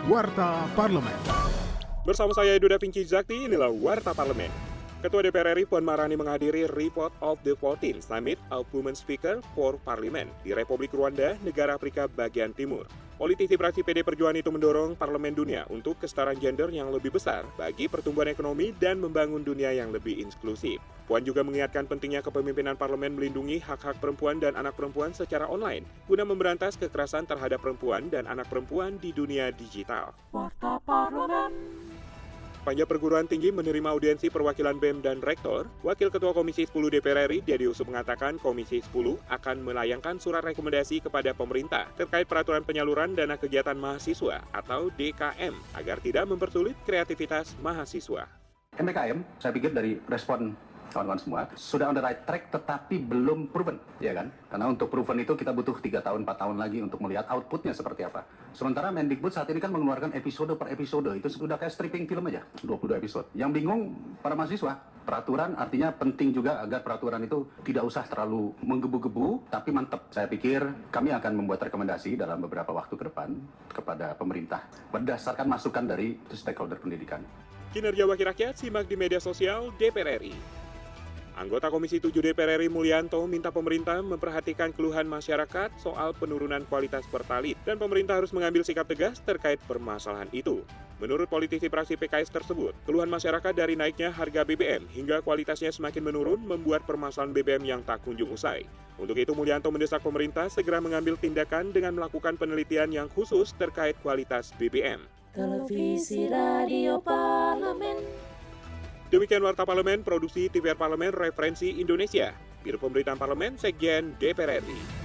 Warta Parlemen. Bersama saya Edo Da Vinci Zakti, inilah Warta Parlemen. Ketua DPR RI Puan Maharani menghadiri Report of the 14th Summit of Women Speaker for Parliament di Republik Rwanda, negara Afrika bagian timur. Politisi fraksi PD Perjuangan itu mendorong Parlemen Dunia untuk kesetaraan gender yang lebih besar bagi pertumbuhan ekonomi dan membangun dunia yang lebih inklusif. Puan juga mengingatkan pentingnya kepemimpinan parlemen melindungi hak-hak perempuan dan anak perempuan secara online guna memberantas kekerasan terhadap perempuan dan anak perempuan di dunia digital. Warta Parlemen. Panja Perguruan Tinggi menerima audiensi perwakilan BEM dan Rektor. Wakil Ketua Komisi 10 DPR RI, Dede Yusuf mengatakan Komisi 10 akan melayangkan surat rekomendasi kepada pemerintah terkait peraturan penyaluran dana kegiatan mahasiswa atau DKM agar tidak mempersulit kreativitas mahasiswa. MBKM, saya pikir dari respon kawan-kawan semua, sudah on the right track tetapi belum proven, ya kan? Karena untuk proven itu kita butuh 3 tahun, 4 tahun lagi untuk melihat outputnya seperti apa. Sementara Mendikbud saat ini kan mengeluarkan episode per episode, itu sudah kayak stripping film aja, 22 episode. Yang bingung para mahasiswa, peraturan artinya penting juga agar peraturan itu tidak usah terlalu menggebu-gebu, tapi mantap. Saya pikir kami akan membuat rekomendasi dalam beberapa waktu ke depan kepada pemerintah, berdasarkan masukan dari stakeholder pendidikan. Kinerja Wakil Rakyat simak di media sosial DPR RI. Anggota Komisi 7 DPR RI Mulyanto minta pemerintah memperhatikan keluhan masyarakat soal penurunan kualitas pertalit dan pemerintah harus mengambil sikap tegas terkait permasalahan itu. Menurut politisi fraksi PKS tersebut, keluhan masyarakat dari naiknya harga BBM hingga kualitasnya semakin menurun membuat permasalahan BBM yang tak kunjung usai. Untuk itu Mulyanto mendesak pemerintah segera mengambil tindakan dengan melakukan penelitian yang khusus terkait kualitas BBM. Televisi Radio Parlemen. Demikian Warta Parlemen, produksi TVR Parlemen Referensi Indonesia. Biro Pemberitaan Parlemen, Sekjen DPR RI.